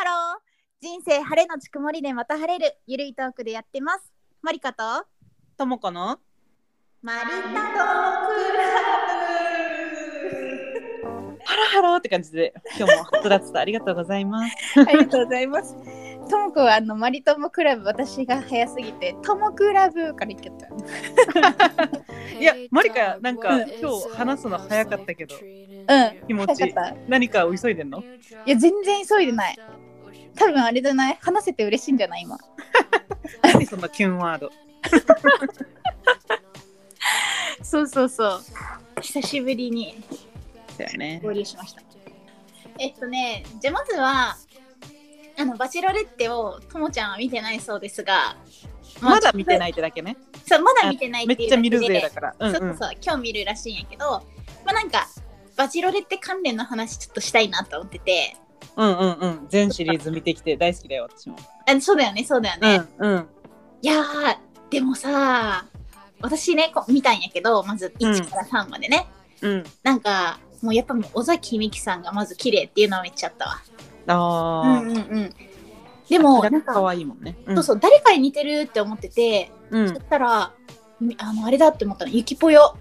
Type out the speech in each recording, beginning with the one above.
ハロー。人生晴れのち曇りでまた晴れるゆるいトークでやってます。マリカとともこのマリカトークハローハローって感じで今日もはつらつとありがとうございますありがとうございます。ともこはマリトモクラブ、私が早すぎてトモクラブから言っちゃった。 いやマリカなんか、今日話すの早かったけど、気持ち何かを急いでんの？ いや全然急いでない。多分あれじゃない、話せて嬉しいんじゃない今。 何そのキュンワード。 そう久しぶりに合流しました。じゃあまずはバチェロレッテをともちゃんは見てないそうですが、 まだ見てないってだけね。 そうまだ見てないっていうだけでめっちゃ見るぜだから、 そう今日見るらしいんやけど、なんかバチェロレッテ関連の話ちょっとしたいなと思ってて。 全シリーズ見てきて大好きだよ私も。 そうだよね。いやーでもさ、私ね見たんやけど、まず1から3までね、なんかもうやっぱ尾崎美紀さんがまず綺麗っていうのをめっちゃあったわ。でもなんか可愛いもんね。 そう誰かに似てるって思ってて、そしたらあれだって思ったの、ゆきぽよ。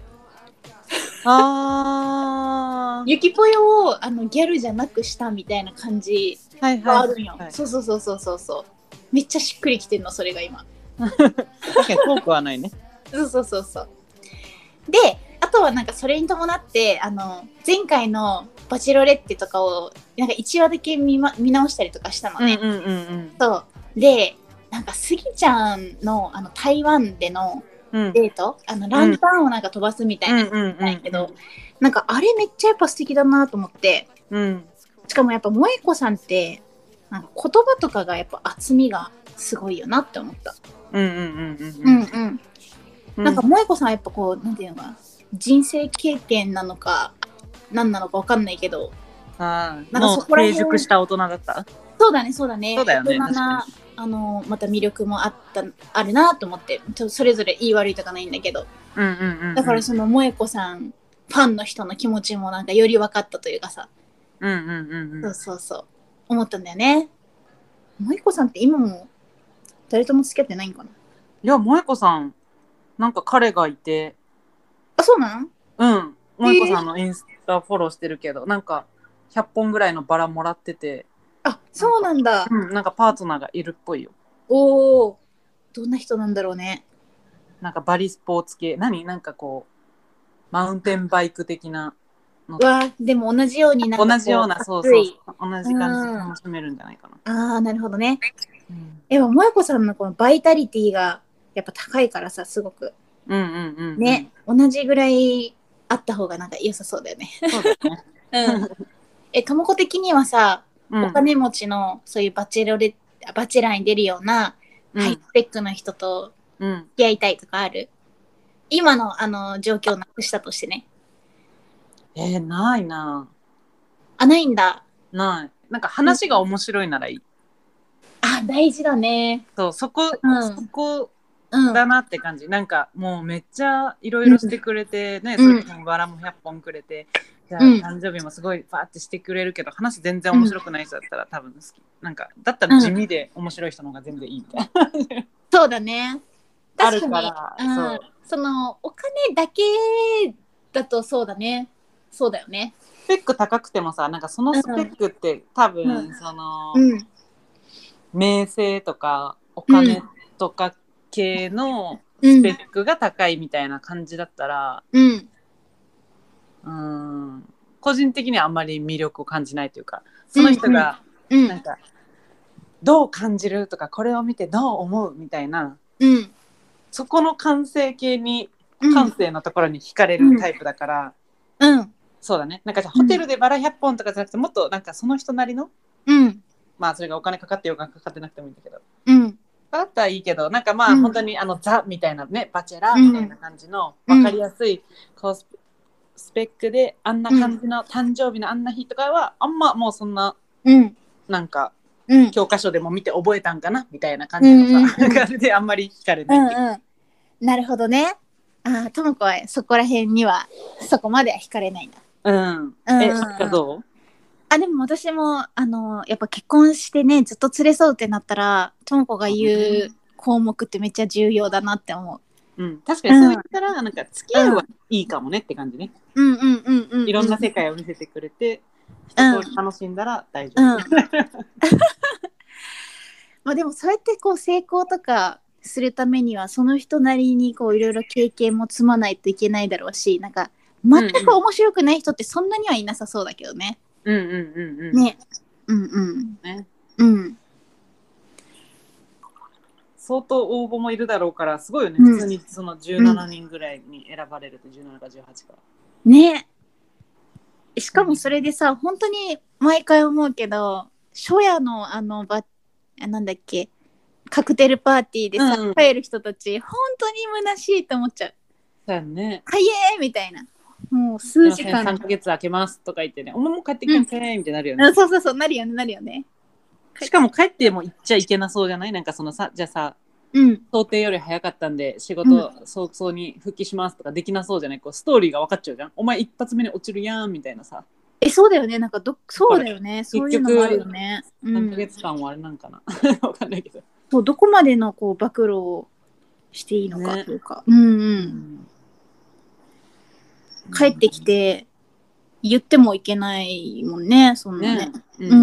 ゆきぽよをギャルじゃなくしたみたいな感じがあるんよ。そうめっちゃしっくりきてんのそれが今。 確かに遠くはないね。 そうで、あとはなんかそれに伴って前回のバチェロレッテとかをなんか1話だけ見直したりとかしたのね。そうで、なんかスギちゃんの台湾でのデート、ランタンをなんか飛ばすみたいななんやけど、なんかあれめっちゃやっぱ素敵だなと思って、しかもやっぱ萌子さんってなんか言葉とかがやっぱ厚みがすごいよなって思った。なんか萌子さんはやっぱこうなんていうのかな、人生経験なのか何なのか分かんないけど、 なんかそこら辺成熟した大人だった。 そうだね大人なまた魅力もあるなと思って、それぞれ言い悪いとかないんだけど、だからその萌子さんファンの人の気持ちもなんかより分かったというかさ、そう思ったんだよね。萌子さんって今も誰とも付き合ってないんかな。 いや萌子さんなんか彼がいて。 あ、そうなの？ 萌子さんのインスタフォローしてるけど、なんか100本ぐらいのバラもらってて。 あ、そうなんだ。 なんかパートナーがいるっぽいよ。 おお、どんな人なんだろうね。 なんかバリスポーツ系、なんかこうマウンテンバイク的なの。 でも同じように同じような、そう同じ感じで楽しめるんじゃないかな。 なるほどね。でも萌子さんのこのバイタリティがやっぱ高いからさ、すごくね、同じぐらいあった方がなんか良さそうだよね。 そうだね。 ともこ的にはさ、お金持ちのそういうバチェラーに出るようなハイスペックの人と付き合いたいとかある？今の状況をなくしたとしてね。 ないな。 ないんだ。 なんか話が面白いならいい。 大事だね。 そこだなって感じ。なんかもうめっちゃいろいろしてくれてね、それもバラも100本くれて、じゃあ誕生日もすごいバーってしてくれるけど、話全然面白くない人だったら多分好き。なんかだったら地味で面白い人の方が全然いいみたいな。 そうだね。確かに。 あるから、 そのお金だけだとそうだね。そうだよね。 スペック高くてもさ、なんかそのスペックって多分その名声とかお金とか系のスペックが高いみたいな感じだったら、個人的にはあんまり魅力を感じないというか、その人がなんかどう感じるとか、これを見てどう思うみたいな、そこの感性系に感性のところに惹かれるタイプだから、そうだね。なんかじゃあホテルでバラ100本とかじゃなくて、もっとなんかその人なりの、まあそれがお金かかってようがかかってなくてもいいんだけど、だったらいいけど、なんかまあ本当にザみたいなね、バチェラーみたいな感じの分かりやすいこうスペックであんな感じの誕生日のあんな日とかはあんまもうそんな、なんか教科書でも見て覚えたんかなみたいな感じのさ、感じであんまり惹かれない。 なるほどね。ともこはそこら辺にはそこまでは惹かれないんだ。 どう？ でも私もやっぱ結婚してねずっと連れ添うってなったらともこが言う項目ってめっちゃ重要だなって思う。 うん、確かにそう言ったら、なんか付き合いはいいかもねって感じね。いろんな世界を見せてくれて、一通り楽しんだら大丈夫。 まあでもそうやってこう成功とかするためにはその人なりにこういろいろ経験も積まないといけないだろうし、なんか全く面白くない人ってそんなにはいなさそうだけどね。ね。 ね。 うん相当応募もいるだろうからすごいよね、普通にその17人ぐらいに選ばれると、17か18かね。しかもそれでさ、本当に毎回思うけど初夜のなんだっけカクテルパーティーでさ、帰る人たち本当に虚しいと思っちゃう。 そうやね。 早えみたいな。もう数時間。 3ヶ月空けますとか言ってね、お前も帰ってきてみてみたいになるよね。 そうなるよね。 しかも帰っても行っちゃいけなそうじゃない？なんかそのさ、じゃあさ、想定より早かったんで仕事早々に復帰しますとかできなそうじゃない？こうストーリーが分かっちゃうじゃん。お前一発目に落ちるやんみたいなさ。 そうだよね。なんかそうだよね。そういうのもあるよね。 3ヶ月間はあれなんかな。分かんないけど。 そうどこまでのこう暴露をしていいのかというか。帰ってきて言ってもいけないもんね。そんなね。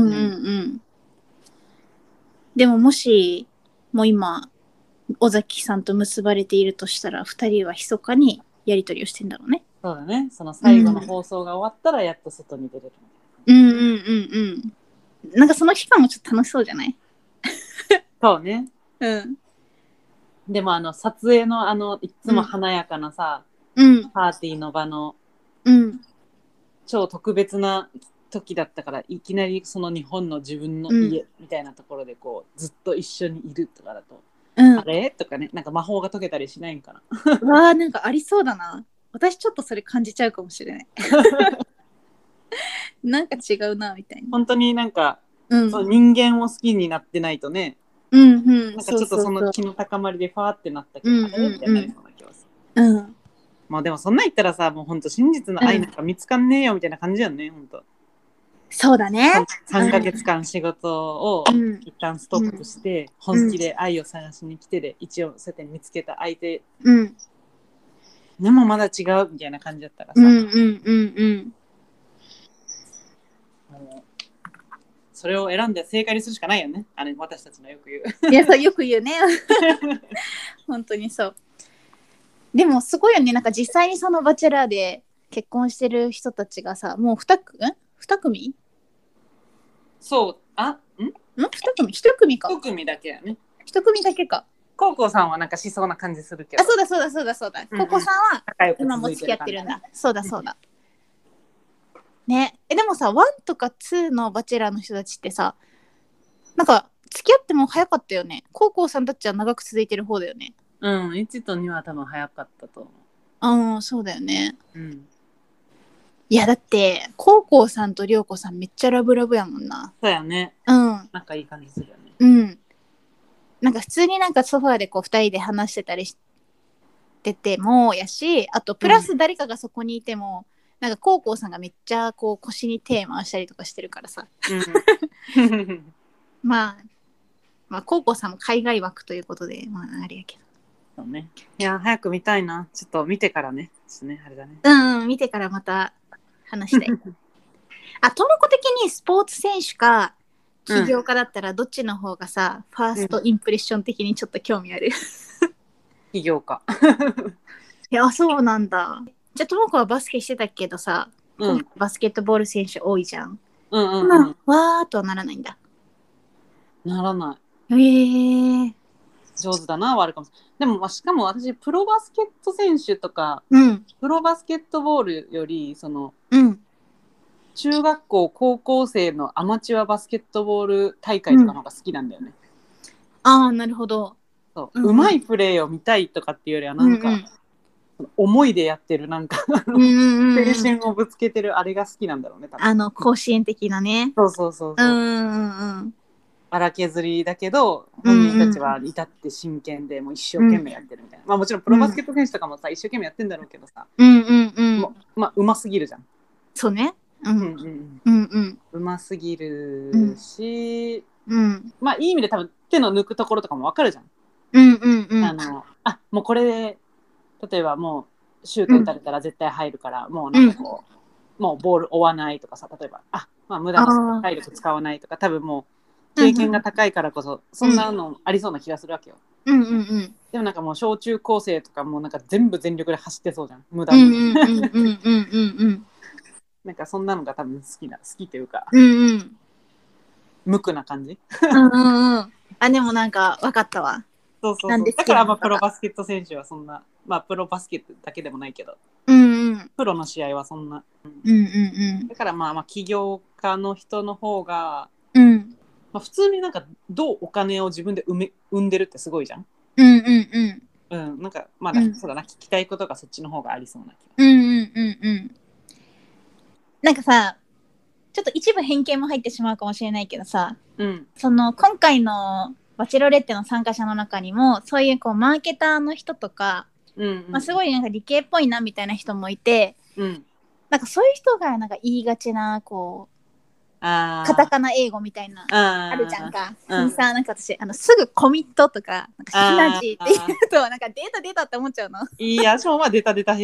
でももしもう今尾崎さんと結ばれているとしたら2人は密かにやり取りをしてんだろうね。 そうだね。その最後の放送が終わったらやっと外に出れる。 なんかその期間もちょっと楽しそうじゃない？ そうね。でも撮影のいつも華やかなさ、パーティーの場の、超特別な時だったから、いきなりその日本の自分の家みたいなところでこうずっと一緒にいるとかだと、あれとかね、なんか魔法が解けたりしないんかな。 わあ、なんかありそうだな。私ちょっとそれ感じちゃうかもしれない。なんか違うなみたいな。 本当になんか、その人間を好きになってないとね、なんかちょっとその気の高まりでファーってなったけど、あれみたいになりそうな気がする。まあでもそんな言ったらさ、もう本当真実の愛なんか見つかんねえよみたいな感じやんね、本当。 そうだね。 3ヶ月間仕事を一旦ストップして、本気で愛を探しに来てで、一応そうやって見つけた相手、でもまだ違うみたいな感じだったらさ、それを選んで正解にするしかないよね。私たちのよく言う。 いや、そうよく言うね。本当にそう。でもすごいよね。なんか実際にそのバチェラーで結婚してる人たちがさ、もう2組？ そう、 2組1組か。 1組だけやね。 1組だけか。 コウコさんはなんかしそうな感じするけど。 そうだ。ココさんは今も付き合ってるんだ。そうだ。ね。でもさ、1とか2のバチェラーの人たちってさ、なんか付き合っても早かったよね。コウコさんたちは長く続いてる方だよね。 1と2は多分早かったと思う。そうだよね。いやだってコウコさんとリョウコさんめっちゃラブラブやもんな。 そうやね。なんかいい感じするよね。 なんか普通になんかソファーでこう2人で話してたりしててもやし、あとプラス誰かがそこにいても、なんかコウコさんがめっちゃこう腰に手回したりとかしてるからさ。まあコウコさんも海外枠ということであれやけど。 そうね。いや早く見たいな。ちょっと見てからね。ちょっとねあれだね。 見てからまた話して。ともこ的にスポーツ選手か起業家だったらどっちの方がさ、ファーストインプレッション的にちょっと興味ある？ 起業家。 いやそうなんだ。じゃあともこはバスケしてたけどさ、バスケットボール選手多いじゃん。わーっとはならないんだ。 ならない。上手だなはあるかもしれない。でもしかも私プロバスケット選手とか、プロバスケットボールよりその、中学校高校生のアマチュアバスケットボール大会とかの方が好きなんだよね。 なるほど。 うまいプレーを見たいとかっていうよりはなんか、思いでやってるなんか青春をぶつけてるあれが好きなんだろうね。多分甲子園的なね。 そう。荒削りだけど本人たちは至って真剣でもう一生懸命やってるみたいな、まあもちろんプロバスケット選手とかもさ、一生懸命やってんだろうけどさ、まあうますぎるじゃん。 そうね。 うますぎるし、まあいい意味で多分手の抜くところとかも分かるじゃん。もうこれで例えばもうシュート打たれたら絶対入るから、もうなんかこう、もうボール追わないとかさ、例えば無駄な体力使わないとか、多分もう経験が高いからこそそんなのありそうな気がするわけよ。でもなんかもう小中高生とかもうなんか全部全力で走ってそうじゃん、無駄に。なんかそんなのが多分好きというか、無垢な感じ。 でもなんか分かったわ。 そうだからプロバスケット選手はそんな、プロバスケットだけでもないけど、プロの試合はそんな、だから起業家の人の方が、普通になんかどうお金を自分で生んでるってすごいじゃん。なんかそうだな、聞きたいことがそっちの方がありそうな気が。 なんかさ、ちょっと一部偏見も入ってしまうかもしれないけどさ、その今回のバチェロレッテの参加者の中にもそういうこうマーケターの人とか、すごいなんか理系っぽいなみたいな人もいて、なんかそういう人がなんか言いがちなこうカタカナ英語みたいなあるじゃんか。さ、なんか私すぐコミットとかなんかシナジーって言うとなんかデータって思っちゃうの。 いや、しょうまデータと。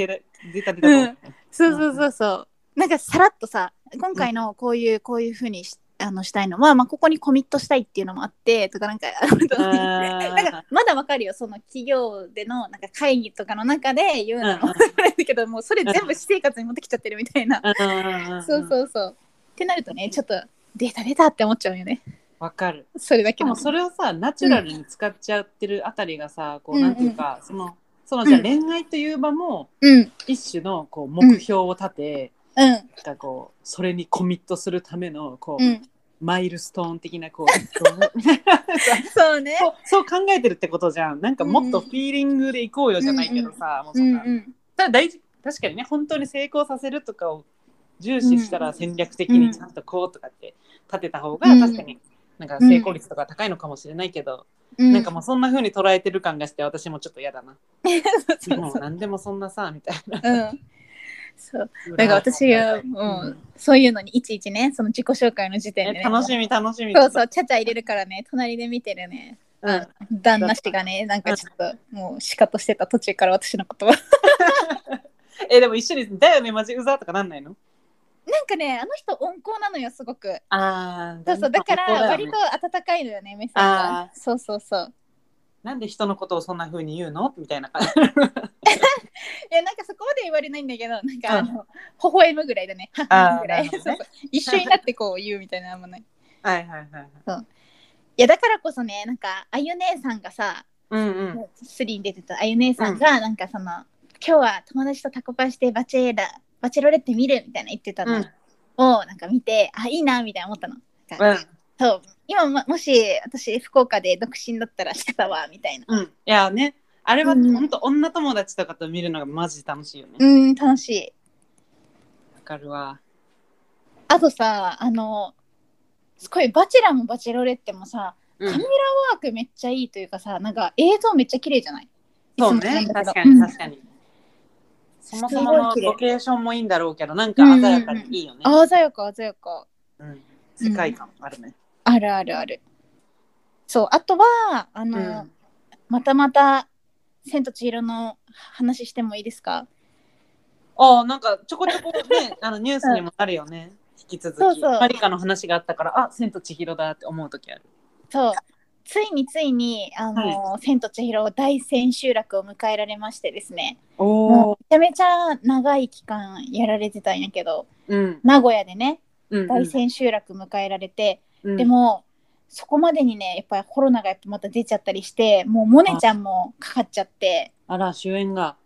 そうなんかさらっとさ、今回のこういう風にしたいのは、ここにコミットしたいっていうのもあってとかなんかなんかまだわかるよ、その企業でのなんか会議とかの中で言うのもだけど、もうそれ全部私生活に持ってきちゃってるみたいな。そうってなるとね、ちょっとデータって思っちゃうよね。 わかる。 それだけでもそれをさナチュラルに使っちゃってるあたりがさ、こうなんていうか、そのじゃあ恋愛という場も、一種のこう目標を立て、なんかこうそれにコミットするためのこう、マイルストーン的なこうそうね、 そう考えてるってことじゃん。なんかもっとフィーリングでいこうよじゃないけどさ、もうそんな、ただ大事、確かにね、本当に成功させるとかを重視したら戦略的にちゃんとこうとかって立てた方が確かになんか成功率とか高いのかもしれないけど、なんかもうそんな風に捉えてる感がして私もちょっと嫌だな。もう何でもそんなさみたいな。 そうだから私がもうそういうのにいちいちね、その自己紹介の時点で、ね、 楽しみそうちゃちゃ入れるからね、隣で見てるね、旦那氏がね、なんかちょっともうシカトしてた途中から私のことはでも一緒にだよねマジうざとかなんないの？ なんかね、あの人温厚なのよすごく。 そうだから割と温かいのよね、目線が。そうなんで人のことをそんな風に言うのみたいな感じ。 いやなんかそこまで言われないんだけど、なんか微笑むぐらいだね。ぐらい。そう一緒になってこう言うみたいなのもない。そういやだからこそね、なんかあゆ姉さんがさ、スリーに出てたあゆ姉さんがなんかその、今日は友達とタコパしてバチェロレッテ見るみたいな言ってたのをなんか見て、いいなみたいな思ったの。そう今もし私福岡で独身だったらしてたわみたいな。 いやね、あれは本当女友達とかと見るのがマジ楽しいよね。 楽しい。 わかるわ。 あとさ、すごいバチェラーもバチェロレッテもさ、カメラワークめっちゃいいというかさ、なんか映像めっちゃ綺麗じゃない？ そうね、確かに。そもそものロケーションもいいんだろうけど、なんか鮮やかにいいよね。 鮮やか。 世界観あるね。 ある。そう、あとはまた千と千尋の話してもいいですか？ なんかちょこちょこねニュースにもなるよね。引き続きマリカの話があったから千と千尋だって思う時ある。 そうついに千と千尋大千秋楽を迎えられましてですね、めちゃめちゃ長い期間やられてたんやけど、名古屋でね、大千秋楽迎えられて、でもそこまでにねやっぱりコロナがやっぱまた出ちゃったりして、もうモネちゃんもかかっちゃって、 主演が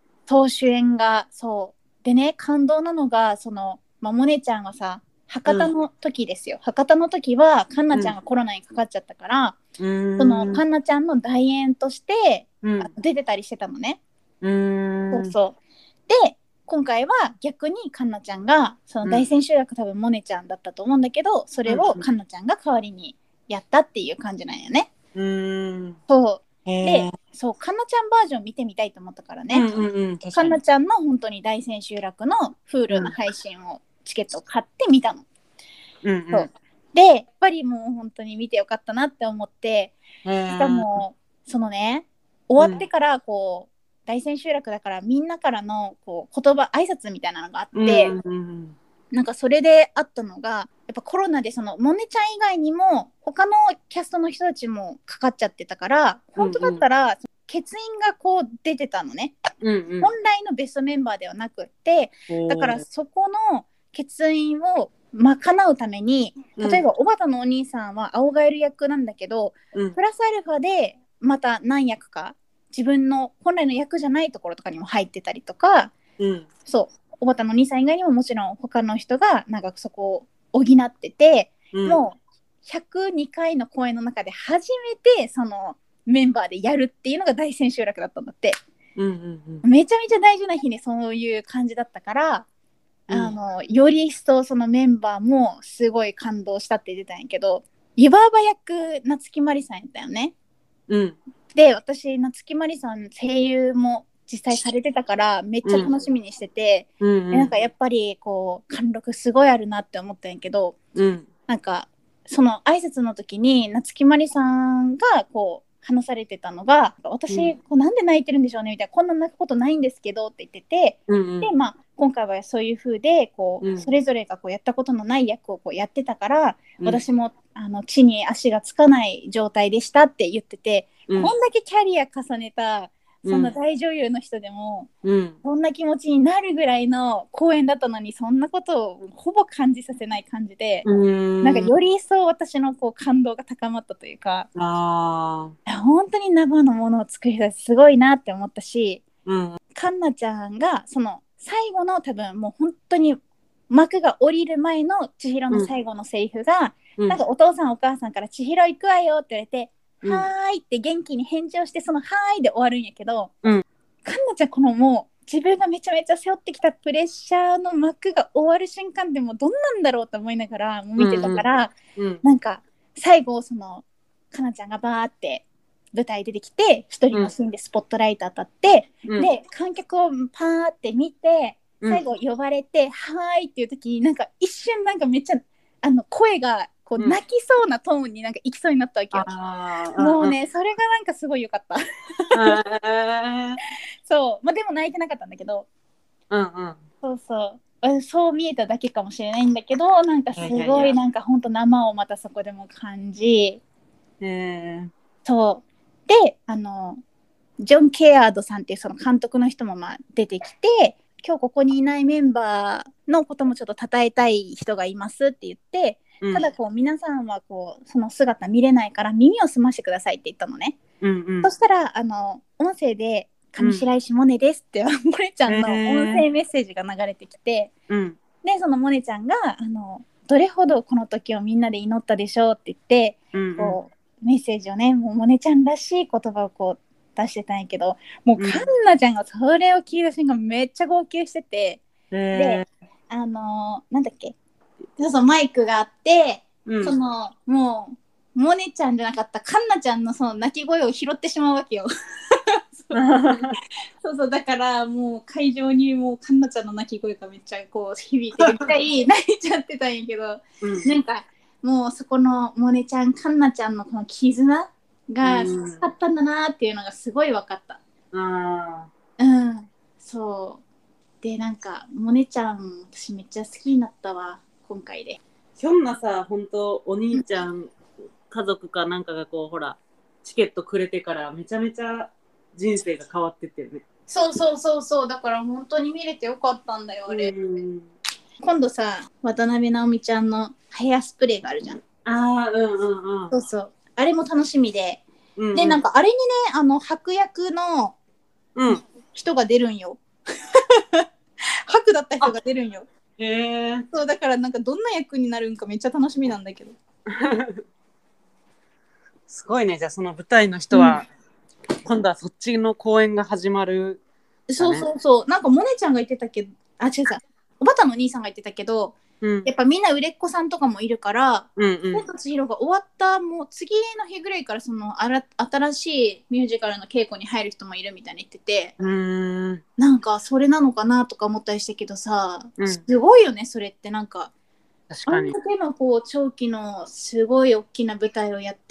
そうでね、感動なのがモネちゃんはさ博多の時ですよ、博多の時はカンナちゃんがコロナにかかっちゃったから、そのカンナちゃんの代演として、出てたりしてたのね。で今回は逆にカンナちゃんがその大千秋楽、多分モネちゃんだったと思うんだけど、それをカンナちゃんが代わりにやったっていう感じなんよね。でカンナちゃんバージョン見てみたいと思ったからね、カンナちゃんの本当に大千秋楽の Hulu の配信をチケットを買って見たの。 うんうん、 そうでやっぱりもう本当に見てよかったなって思って、しかもそのね終わってからこう、大千秋楽だからみんなからのこう言葉挨拶みたいなのがあって、 うんうん、 なんかそれであったのがやっぱコロナでそのモネちゃん以外にも他のキャストの人たちもかかっちゃってたから、本当だったら欠員がこう出てたのね、 うんうん、 本来のベストメンバーではなくって、だからそこの欠員を賄うために、例えばおばたのお兄さんは青ガエル役なんだけど、プラスアルファでまた何役か自分の本来の役じゃないところとかにも入ってたりとか、そうおばたのお兄さん以外にももちろん他の人がなんかそこを補ってて、もう102回の公演の中で初めてそのメンバーでやるっていうのが大千秋楽だったんだって、めちゃめちゃ大事な日にそういう感じだったから、より一層そのメンバーもすごい感動したって言ってたんやけど、湯婆婆役夏木マリさんやったよね。で私夏木マリさん声優も実際されてたからめっちゃ楽しみにしてて、なんかやっぱりこう貫禄すごいあるなって思ったんやけど、なんかその挨拶の時に夏木マリさんがこう話されてたのが、私こうなんで泣いてるんでしょうねみたいな、こんな泣くことないんですけどって言ってて、でまあ今回はそういう風でこう、それぞれがこうやったことのない役をこうやってたから、私も地に足がつかない状態でしたって言ってて、こんだけキャリア重ねたそんな大女優の人でも、そんな気持ちになるぐらいの公演だったのにそんなことをほぼ感じさせない感じで、なんかより一層私のこう感動が高まったというか、本当に生のものを作り出すすごいなって思ったし、カンナちゃんがその最後の多分もう本当に幕が降りる前の千尋の最後のセリフが、なんかお父さんお母さんから千尋行くわよって言われて、はーいって元気に返事をして、そのはーいで終わるんやけど、カンナちゃんこのもう自分がめちゃめちゃ背負ってきたプレッシャーの幕が終わる瞬間でもどんなんだろうと思いながらもう見てたから、なんか最後そのカナちゃんがバーって舞台出てきて一人のシーンでスポットライト当たって、で観客をパーって見て最後呼ばれて、はーいっていう時になんか一瞬なんかめっちゃ声がこう泣きそうなトーンになんか行きそうになったわけよ。もうね、それがなんかすごい良かったそう、まあ、でも泣いてなかったんだけど、そう見えただけかもしれないんだけど、なんかすごいなんかほんと生をまたそこでも感じ、そうでジョン・ケアードさんっていうその監督の人もまあ出てきて、今日ここにいないメンバーのこともちょっと称えたい人がいますって言って、ただこう皆さんはこうその姿見れないから耳を澄ましてくださいって言ったのね、そしたら音声で上白石萌音ですってモネちゃんの音声メッセージが流れてきて、でそのモネちゃんがどれほどこの時をみんなで祈ったでしょうって言って、こうメッセージをね、もうモネちゃんらしい言葉をこう出してたんやけど、もうカンナちゃんがそれを聞いた瞬間めっちゃ号泣してて、でなんだっけ、そうマイクがあって、そのもうモネちゃんじゃなかったカンナちゃんのその泣き声を拾ってしまうわけよそうだからもう会場にもうカンナちゃんの泣き声がめっちゃこう響いてるぐらい泣いちゃってたんやけど、なんかもうそこのモネちゃんカンナちゃんのこの絆があったんだなっていうのがすごい分かった。そうで、なんかモネちゃん私めっちゃ好きになったわ今回で。 ひょんなさ、本当お兄ちゃん家族かなんかがこうほらチケットくれてからめちゃめちゃ人生が変わってってるね。 そうだから本当に見れてよかったんだよあれ。今度さ渡辺直美ちゃんのヘアスプレーがあるじゃん。そうあれも楽しみで、でなんかあれにね白役の人が出るんよ白だった人が出るんよ。そうだからなんかどんな役になるんかめっちゃ楽しみなんだけどすごいね。じゃあその舞台の人は、今度はそっちの公演が始まる、 ね、そうなんかモネちゃんが言ってたけど、違うおばたのお兄さんが言ってたけど、 やっぱみんな売れっ子さんとかもいるから、 千と千尋が終わったもう次の日ぐらいからその新しいミュージカルの稽古に入る人もいるみたいに言ってて、なんかそれなのかなとか思ったりしたけどさ、すごいよねそれって。なんか確かにあんだけのこう長期のすごい大きな舞台をやって、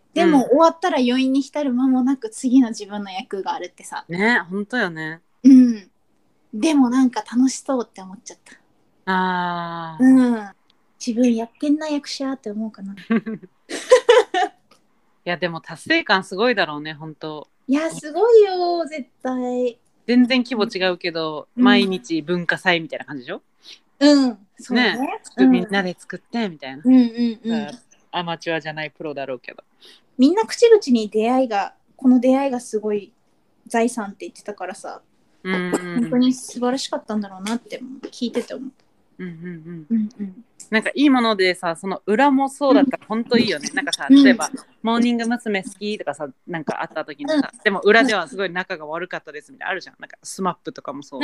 でも終わったら余韻に浸る間もなく次の自分の役があるってさ。 ね、本当よね。 でもなんか楽しそうって思っちゃった。自分やってんな役者って思うかな。いやでも達成感すごいだろうね本当。 いやすごいよ絶対。 全然規模違うけど、毎日文化祭みたいな感じでしょ。 そうね。 みんなで作ってみたいな。アマチュアじゃないプロだろうけど。みんな口々にこの出会いがすごい財産って言ってたからさ。本当に素晴らしかったんだろうなって聞いてて思った。 なんかいいものでさ、その裏もそうだったら本当いいよね。なんかさ、例えば、モーニング娘。好きとかさ、なんかあった時にさ、でも裏ではすごい仲が悪かったですみたいなあるじゃん。なんかスマップとかもそう。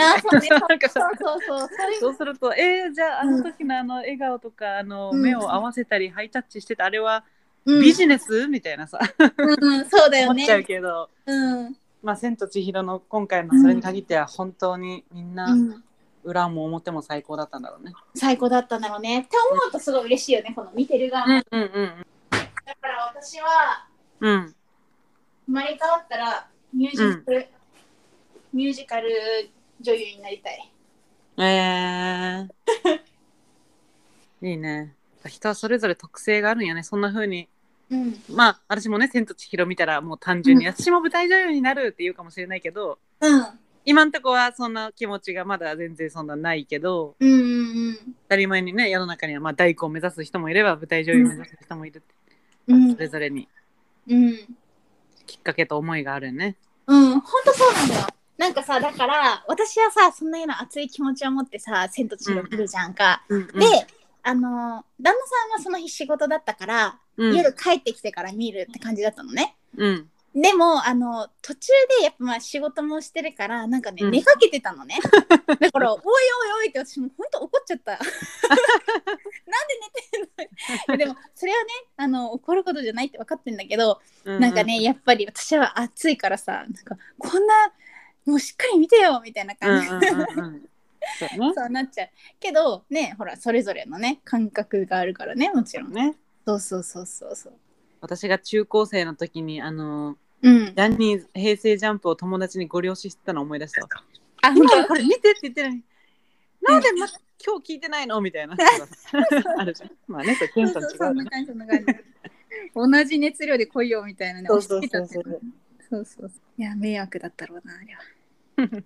そうすると、じゃああの時のあの笑顔とか目を合わせたりハイタッチしてたあれはビジネスみたいなさ、 そうだよね。 思っちゃうけど、まあ千と千尋の今回のそれに限っては本当にみんな、裏も表も最高だったんだろうね。 最高だったんだろうねって思うとすごい嬉しいよね、この見てる側も。だから私は、生まれ変わったらミュージカル女優になりたい。 いいね。人はそれぞれ特性があるんやね。そんな風に。まあ私もね千と千尋見たらもう単純に、私も舞台女優になるって言うかもしれないけど、今んとこはそんな気持ちがまだ全然そんなないけど、当たり前にね世の中にはまあ大工を目指す人もいれば舞台女優を目指す人もいるって、それぞれにきっかけと思いがあるよね。 本当そうなんだよ。なんかさ、だから私はさそんなような熱い気持ちを持ってさ千と千尋見るじゃんか。で旦那さんはその日仕事だったから、夜帰ってきてから見るって感じだったのね。でも途中でやっぱまあ仕事もしてるからなんかね、寝かけてたのね。だからおいおいおいって私も本当怒っちゃった。なんで寝てんの。でもそれはね怒ることじゃないって分かってんだけど、なんかねやっぱり私は暑いからさ、なんかこんなもうしっかり見てよみたいな感じ。そうなっちゃうけどね、ほらそれぞれのね感覚があるからね、もちろんね。そう私が中高生の時にジャニーズ平成ジャンプを友達にご了承してたのを思い出したわ。今これ見てって言ってるのになんで今日聞いてないのみたいなあるじゃん。まあね、そんな感じ。 同じ熱量で来いよみたいなね。そういや迷惑だったろうなあれは。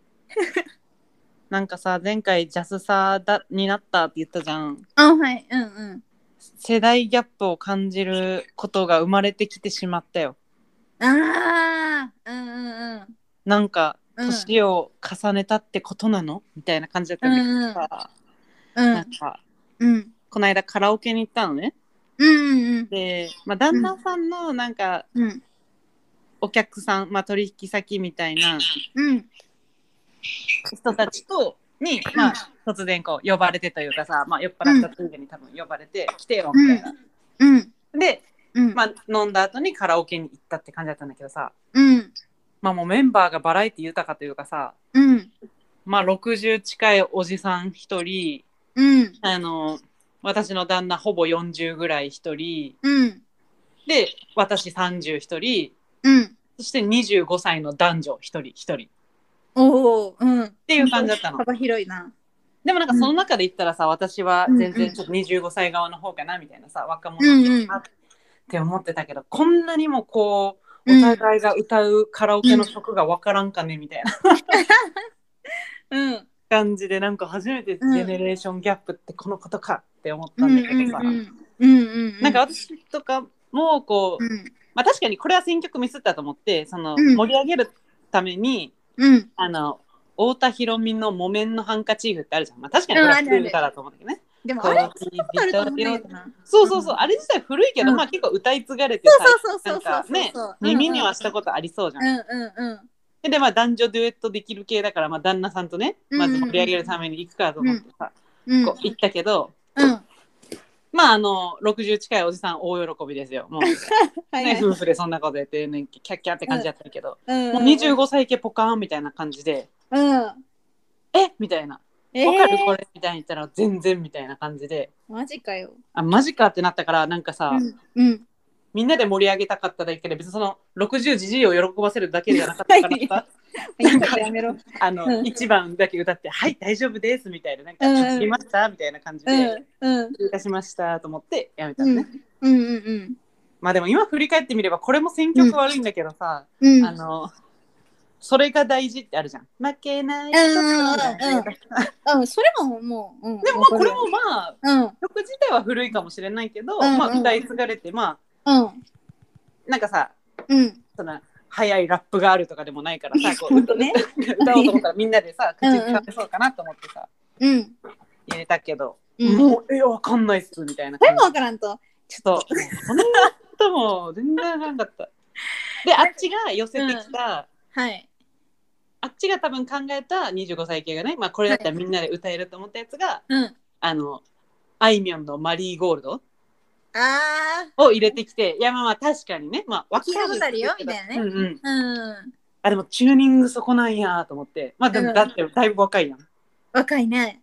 なんかさ、前回ジャスサーになったって言ったじゃん。 はい。 世代ギャップを感じることが生まれてきてしまったよ。なんか年を重ねたってことなのみたいな感じだったんだけどさ、なんか、この間カラオケに行ったのね。で、まあ、旦那さんのなんか、お客さん、まあ、取引先みたいな人たちに、まあ、突然こう呼ばれてというかさ、まあ、酔っ払ったついでに多分呼ばれて来てよみたいな。で、まあ、飲んだ後にカラオケに行ったって感じだったんだけどさ、まあ、もうメンバーがバラエティ豊かというかさ、まあ、60近いおじさん1人、私の旦那ほぼ40ぐらい1人、で私31人、そして25歳の男女1人1人っていう感じだったの。 幅広いな。 でもなんかその中で言ったらさ、私は全然ちょっと25歳側の方かなみたいなさ、若者かなって思ってたけど、こんなにもこうお互いが歌うカラオケの曲が分からんかねみたいな感じで、なんか初めてジェネレーションギャップってこのことかって思ったんだけどさ、なんか私とかもこう、まあ、確かにこれは選曲ミスったと思って、その盛り上げるために、太田裕美の木綿のハンカチーフってあるじゃん。まあ、確かにこれは古い歌だと思うんだけどね。 でもあれそうあれ自体古いけど、まあ結構歌い継がれてさ、なんかね、耳にはしたことありそうじゃん。でまあ男女デュエットできる系だから、まあ旦那さんとね、まず盛り上げるために行くかと思ってさ、 こう行ったけど、まあ60近いおじさん大喜びですよ。もうはい、ね、夫婦でそんなことやってねキャッキャって感じやったけど、もう25歳系ポカーンみたいな感じで、みたいな。わかるこれみたいに言ったら全然みたいな感じで、 マジかよ。 マジかってなったから、なんかさ、みんなで盛り上げたかっただけで、別にその60じじいを喜ばせるだけじゃなかったからさなんか1番だけ歌ってはい大丈夫ですみたいな、なんか聞きましたみたいな感じで失礼いたしましたと思ってやめたね。まあでも今振り返ってみればこれも選曲悪いんだけどさ、それが大事ってあるじゃん。負けない。 それももう、 でもこれもまあ、曲自体は古いかもしれないけど、まあ歌い継がれて、まあ、なんかさ、その速いラップがあるとかでもないからさ、こう歌おうと思ったらみんなでさ、口使ってそうかなと思ってさ、入れたけど、もうわかんないっすみたいな。 これもわからんと。 ちょっとこの人も全然わからんかった。で、あっちが寄せてきた。はい。あっちが多分考えた25歳系がね、まあこれだったらみんなで歌えると思ったやつが、あいみょんのマリーゴールドを入れてきて、いやまあ確かにね、まあ分かるよみたいなね。 あでもチューニングそこなんやと思って、まあでもだってだいぶ若いやん。 若いね。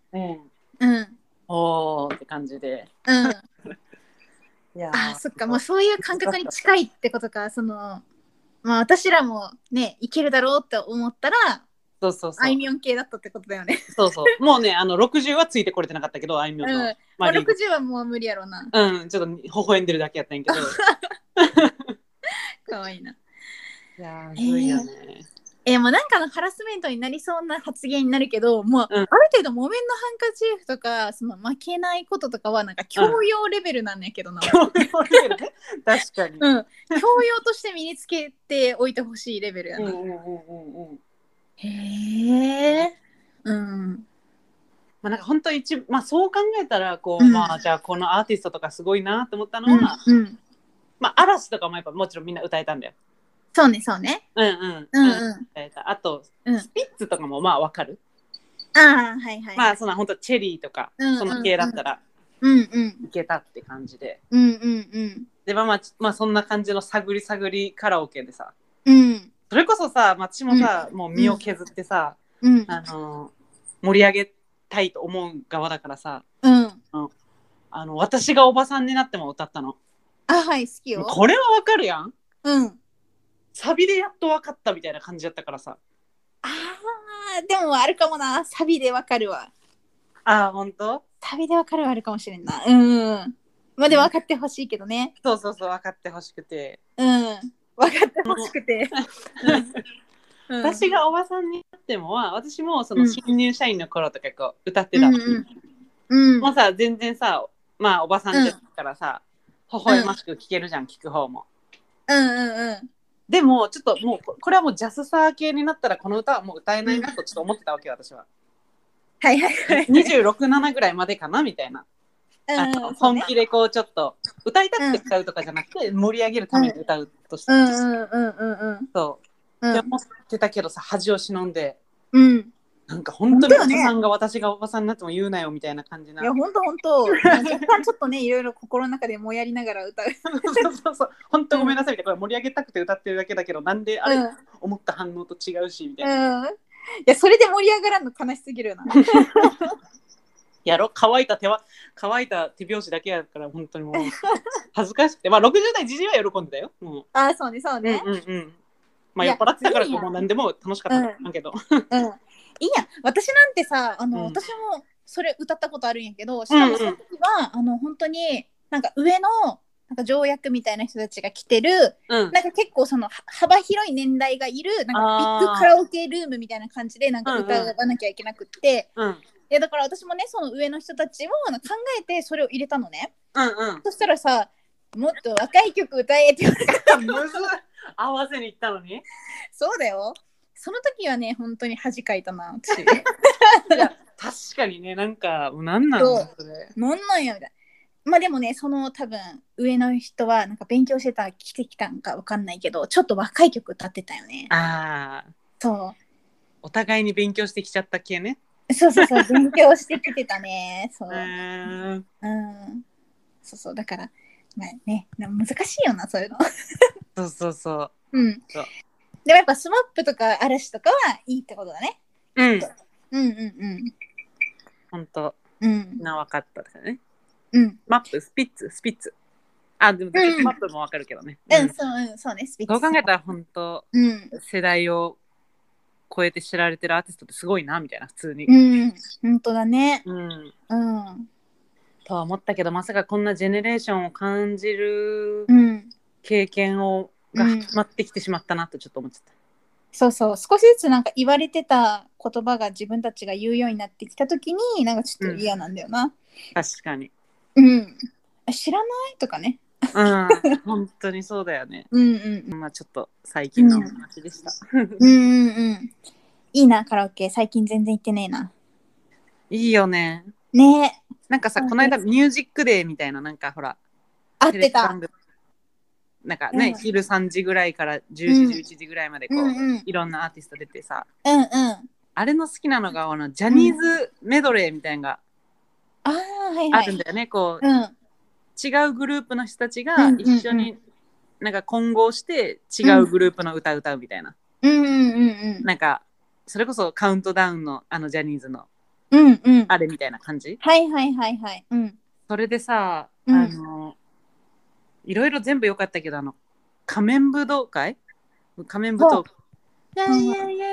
おーって感じで。 いやそっか、まあそういう感覚に近いってことか、その。まあ私らもねいけるだろうって思ったらあいみょん系だったってことだよね。 もうね60はついてこれてなかったけどあいみょんの、 まあ、60はもう無理やろうな。 ちょっと微笑んでるだけやったんやけどかわいいな。 いやすごいよね。 もうなんかのハラスメントになりそうな発言になるけど、もう、ある程度木綿のハンカチーフとかその負けないこととかはなんか教養レベルなんやけどな。 教養レベルね。確かに。 教養として身につけておいてほしいレベルやな。へえ。 まあなんか本当まあそう考えたらこう、まあじゃあこのアーティストとかすごいなと思ったのは、まあ嵐とかもやっぱもちろんみんな歌えたんだよ。 そうねそうね。 あと、スピッツとかもまあわかる。 はいはい。 まあそんな本当チェリーとか、その系だったらいけたって感じで。でまあそんな感じの探り探りカラオケでさ、それこそさ私もさ、もう身を削ってさ、盛り上げたいと思う側だからさ、私がおばさんになっても歌ったの。 はい好きよ。 これはわかるやん。サビでやっと分かったみたいな感じだったからさ。 でもあるかもな、サビで分かるわ。 本当？ サビで分かるはあるかもしれんな。まあで分かってほしいけどね。 そう分かってほしくて。 分かってほしくて。 私がおばさんになっても私もその新入社員の頃とかこう歌ってたの。もうさ全然さ、まあおばさんですからさ、微笑ましく聴けるじゃん、聞く方も。でもちょっともうこれはもうジャスサー系になったらこの歌はもう歌えないなとちょっと思ってたわけよ私は。26、7ぐらいまでかなみたいな。本気でこうちょっと歌いたくて歌うとかじゃなくて盛り上げるために歌うとしてそうって思ってたけどさ、恥を忍んで、なんか本当におじさんが私がおばさんになっても言うなよみたいな感じな。 いや本当若干ちょっとねいろいろ心の中でもやりながら歌う。 そう本当ごめんなさいみたいな、これ盛り上げたくて歌ってるだけだけどなんであれ、思った反応と違うしみたいな。 いやそれで盛り上がらんの悲しすぎるよな。 やろ、乾いた手拍子だけやから本当にもう恥ずかしくて、まあ60代じじいは喜んでたよ。 そうね。 まあ酔っ払ってたからもう何でも楽しかったんだけど。 いいや、私なんてさ、私もそれ歌ったことあるんやけど、しかもその時は、本当になんか上のなんか条約みたいな人たちが来てる、なんか結構その幅広い年代がいるなんかビッグカラオケルームみたいな感じでなんか歌わなきゃいけなくって、いやだから私もねその上の人たちを考えてそれを入れたのね。そしたらさ、もっと若い曲歌えって言われた。 むず合わせに行ったのに。 そうだよ。その時はね本当に恥かいたな私。いや確かにね、なんかなんなんそれなんなんやみたいな。まあでもねその多分上の人はなんか勉強してきたんか分かんないけどちょっと若い曲歌ってたよね。そうお互いに勉強してきちゃった系ね。 そうそうそう、勉強してきてたね。そう。 うんそうそう、だから、まあね、難しいよな、そういうの。 そうそうそう。 うん。でもやっぱスマップとか嵐とかはいいってことだね。 うん。 うんうんほんと。 うん。 な、分かったからね。 うん。 マップ、スピッツ、スピッツ。あ、でも、スマップも分かるけどね。 そうね、スピッツ。 そう考えたら、本当、世代を超えて知られてるアーティストってすごいな、みたいな、普通に。 本当だね。 とは思ったけど、まさかこんなジェネレーションを感じる経験が始まってきてしまったなとちょっと思っちゃった。 そうそう、少しずつなんか言われてた言葉が自分たちが言うようになってきたときに、なんかちょっと嫌なんだよな。 確かに。 知らないとかね。 本当にそうだよね。まあちょっと最近の話でした。 いいな、カラオケ。最近全然行ってねえな。 いいよね。 ね。 なんかさ、この間ミュージックデーみたいな、なんかほら、 合ってた。 なんかね、昼3時ぐらいから10時、11時ぐらいまでこう、いろんなアーティスト出てさ、あれの好きなのがジャニーズメドレーみたいなのがあるんだよね。こう、違うグループの人たちが一緒になんか混合して違うグループの歌うみたいな。なんかそれこそカウントダウンのジャニーズのあれみたいな感じ。それでさ、いろいろ全部良かったけど、仮面舞踏会仮面舞踏会ある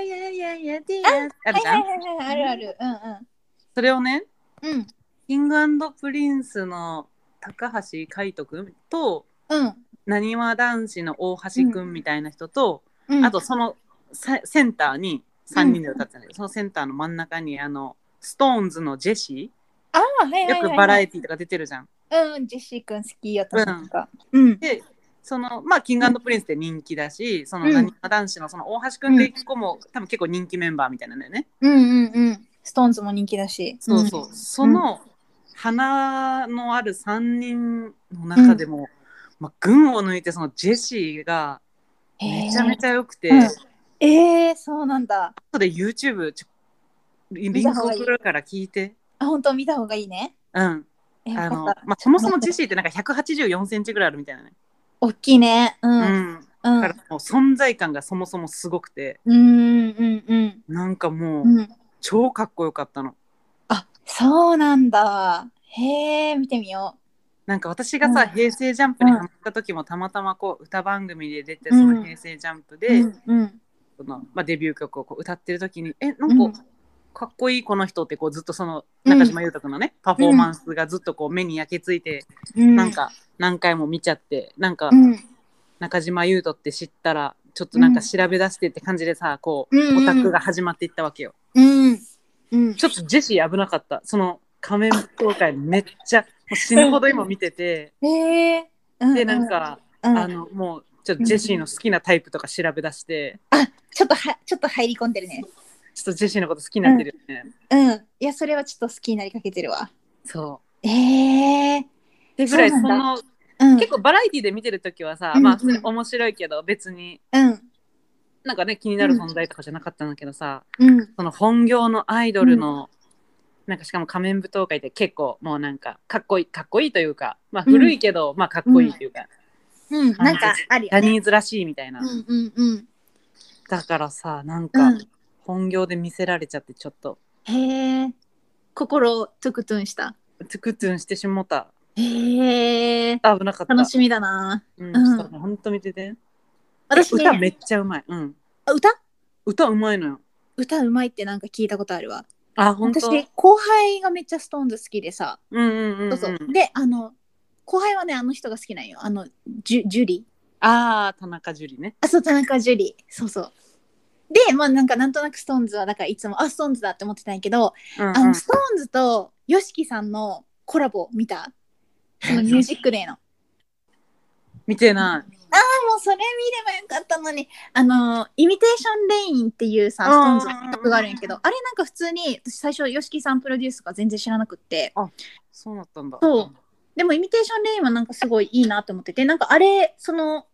じゃん。 あるある。 それをね、キング&プリンスの高橋海人くんと、なにわ男子の大橋くんみたいな人と、あとそのセンターに3人で歌ってたんだけど、そのセンターの真ん中にストーンズのジェシー、よくバラエティーとか出てるじゃん。 ジェシーくん好きやったとか。 で、まあキング&プリンスって人気だし、そのなにわ男子のその大橋くんって一個も、多分結構人気メンバーみたいなんだよね。 ストーンズも人気だし。 そうそう。その花のある3人の中でも、群を抜いてそのジェシーがめちゃめちゃ良くて、 そうなんだ。 後で YouTube リンク送るから聞いて。 本当見た方がいいね。 そもそもジェシーってなんか184センチぐらいあるみたいなね。 大きいね。 だからもう存在感がそもそもすごくて、なんかもう、超かっこよかったの。 あ、そうなんだ。へえ、見てみよう。 なんか私がさ、平成ジャンプにハマった時もたまたまこう歌番組で出て、その平成ジャンプで、デビュー曲をこう歌ってる時になんかかっこいいこの人ってこうずっとその中島裕翔くんのね、パフォーマンスがずっとこう目に焼き付いて、なんか何回も見ちゃって、なんか中島裕翔って知ったらちょっとなんか調べ出してって感じでさ、こうオタクが始まっていったわけよ。ちょっとジェシー危なかった。その仮面舞踏会めっちゃもう死ぬほど今見てて、でなんかもうちょっとジェシーの好きなタイプとか調べ出して、 ちょっと入り込んでるね。 ちょっとジェシーのこと好きになってるよね。 いやそれはちょっと好きになりかけてるわ。 そう。 でぐらいその結構バラエティで見てるときはさ、まあ面白いけど別になんかね気になる存在とかじゃなかったんだけどさ、その本業のアイドルのなんかしかも仮面舞踏会って結構もうなんかかっこいいというか、まあ古いけどまあかっこいいというか、 なんかあるよね。 ジャニーズらしいみたいな。だからさ、なんか本業で見せられちゃってちょっと心トゥクトゥンした。 トゥクトゥンしてしもた。 危なかった。 楽しみだな。 本当見てて。 私ね、 歌めっちゃうまい。歌うまいのよ。 歌うまいってなんか聞いたことあるわ。 本当。 私後輩がめっちゃストーンズ好きでさ。で後輩はね人が好きなんよ。ジュリ。 田中樹ね。 そう田中樹。そうでまあなんとなくストーンズはだからいつもストーンズだって思ってたんやけど、ストーンズと YOSHIKI さんのコラボ見た？そのミュージックデーの。 見てない。 もうそれ見ればよかったのに。イミテーションレインっていうさストーンズの曲があるんやけど、あれなんか普通に私最初 YOSHIKI さんプロデュースとか全然知らなくって。 そうだったんだ。 そうでもイミテーションレインはなんかすごいいいなと思ってて、なんかあれその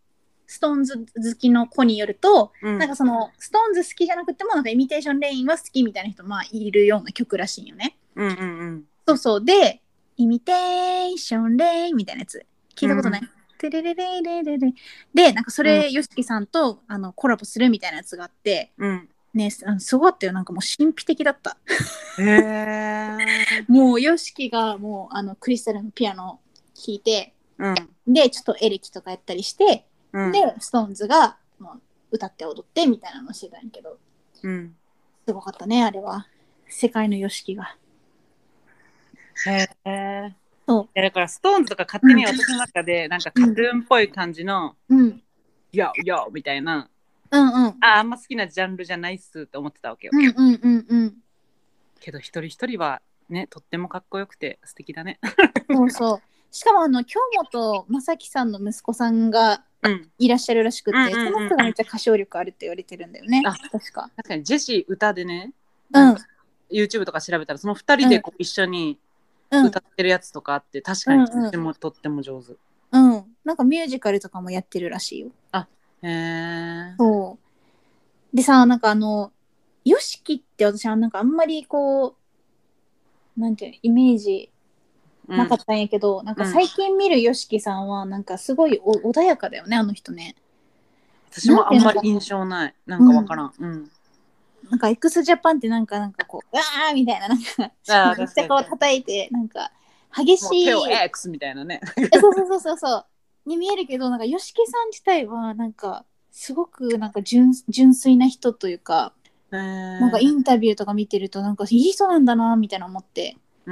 ストーンズ好きの子によると、 うんなんかそのストーンズ好きじゃなくてもなんかイミテーションレインは好きみたいな人まあいるような曲らしいよね。 うんうんうん。 そうそうでイミテーションレインみたいなやつ聞いたことない、テレレレレレレでなんかそれ YOSHIKI さんとコラボするみたいなやつがあってね、すごかったよ。なんかもう神秘的だった。 へえ。 もう YOSHIKI がもうクリスタルのピアノを弾いて、でちょっとエレキとかやったりして、でストーンズがもう歌って踊ってみたいなのをしてたんやけど、すごかったねあれは。世界の YOSHIKI が。 へえ。 そう。 だからストーンズとか勝手に私の中でなんかカトゥーンっぽい感じの、ヨーヨーみたいな、あんま好きなジャンルじゃないっすって思ってたわけよ。けど一人一人はねとってもかっこよくて素敵だね。 そうそう。しかも京本正樹さんの息子さんがいらっしゃるらしくて、その人がめっちゃ歌唱力あるって言われてるんだよね。確かにジェシー歌でね、YouTube とか調べたらその2人でこう一緒に歌ってるやつとかあって、確かにとってもとっても上手。 なんかミュージカルとかもやってるらしいよ。 へえ。 そうでさ、なんかYOSHIKIって私はなんかあんまりこうなんていうイメージなかったんやけど、なんか最近見る YOSHIKI さんはなんかすごい穏やかだよね、あの人ね。 私もあんまり印象ない。なんかわからん。 なんか x ジャパンってなんかこう、わーみたいな、なんか、めっちゃこう叩いて、なんか、激しい。 手を X みたいなね。 そう。に見えるけど、なんか YOSHIKI さん自体は、なんか、すごくなんか純粋な人というか、なんかインタビューとか見てると、なんかいい人なんだな、みたいな思って。そう、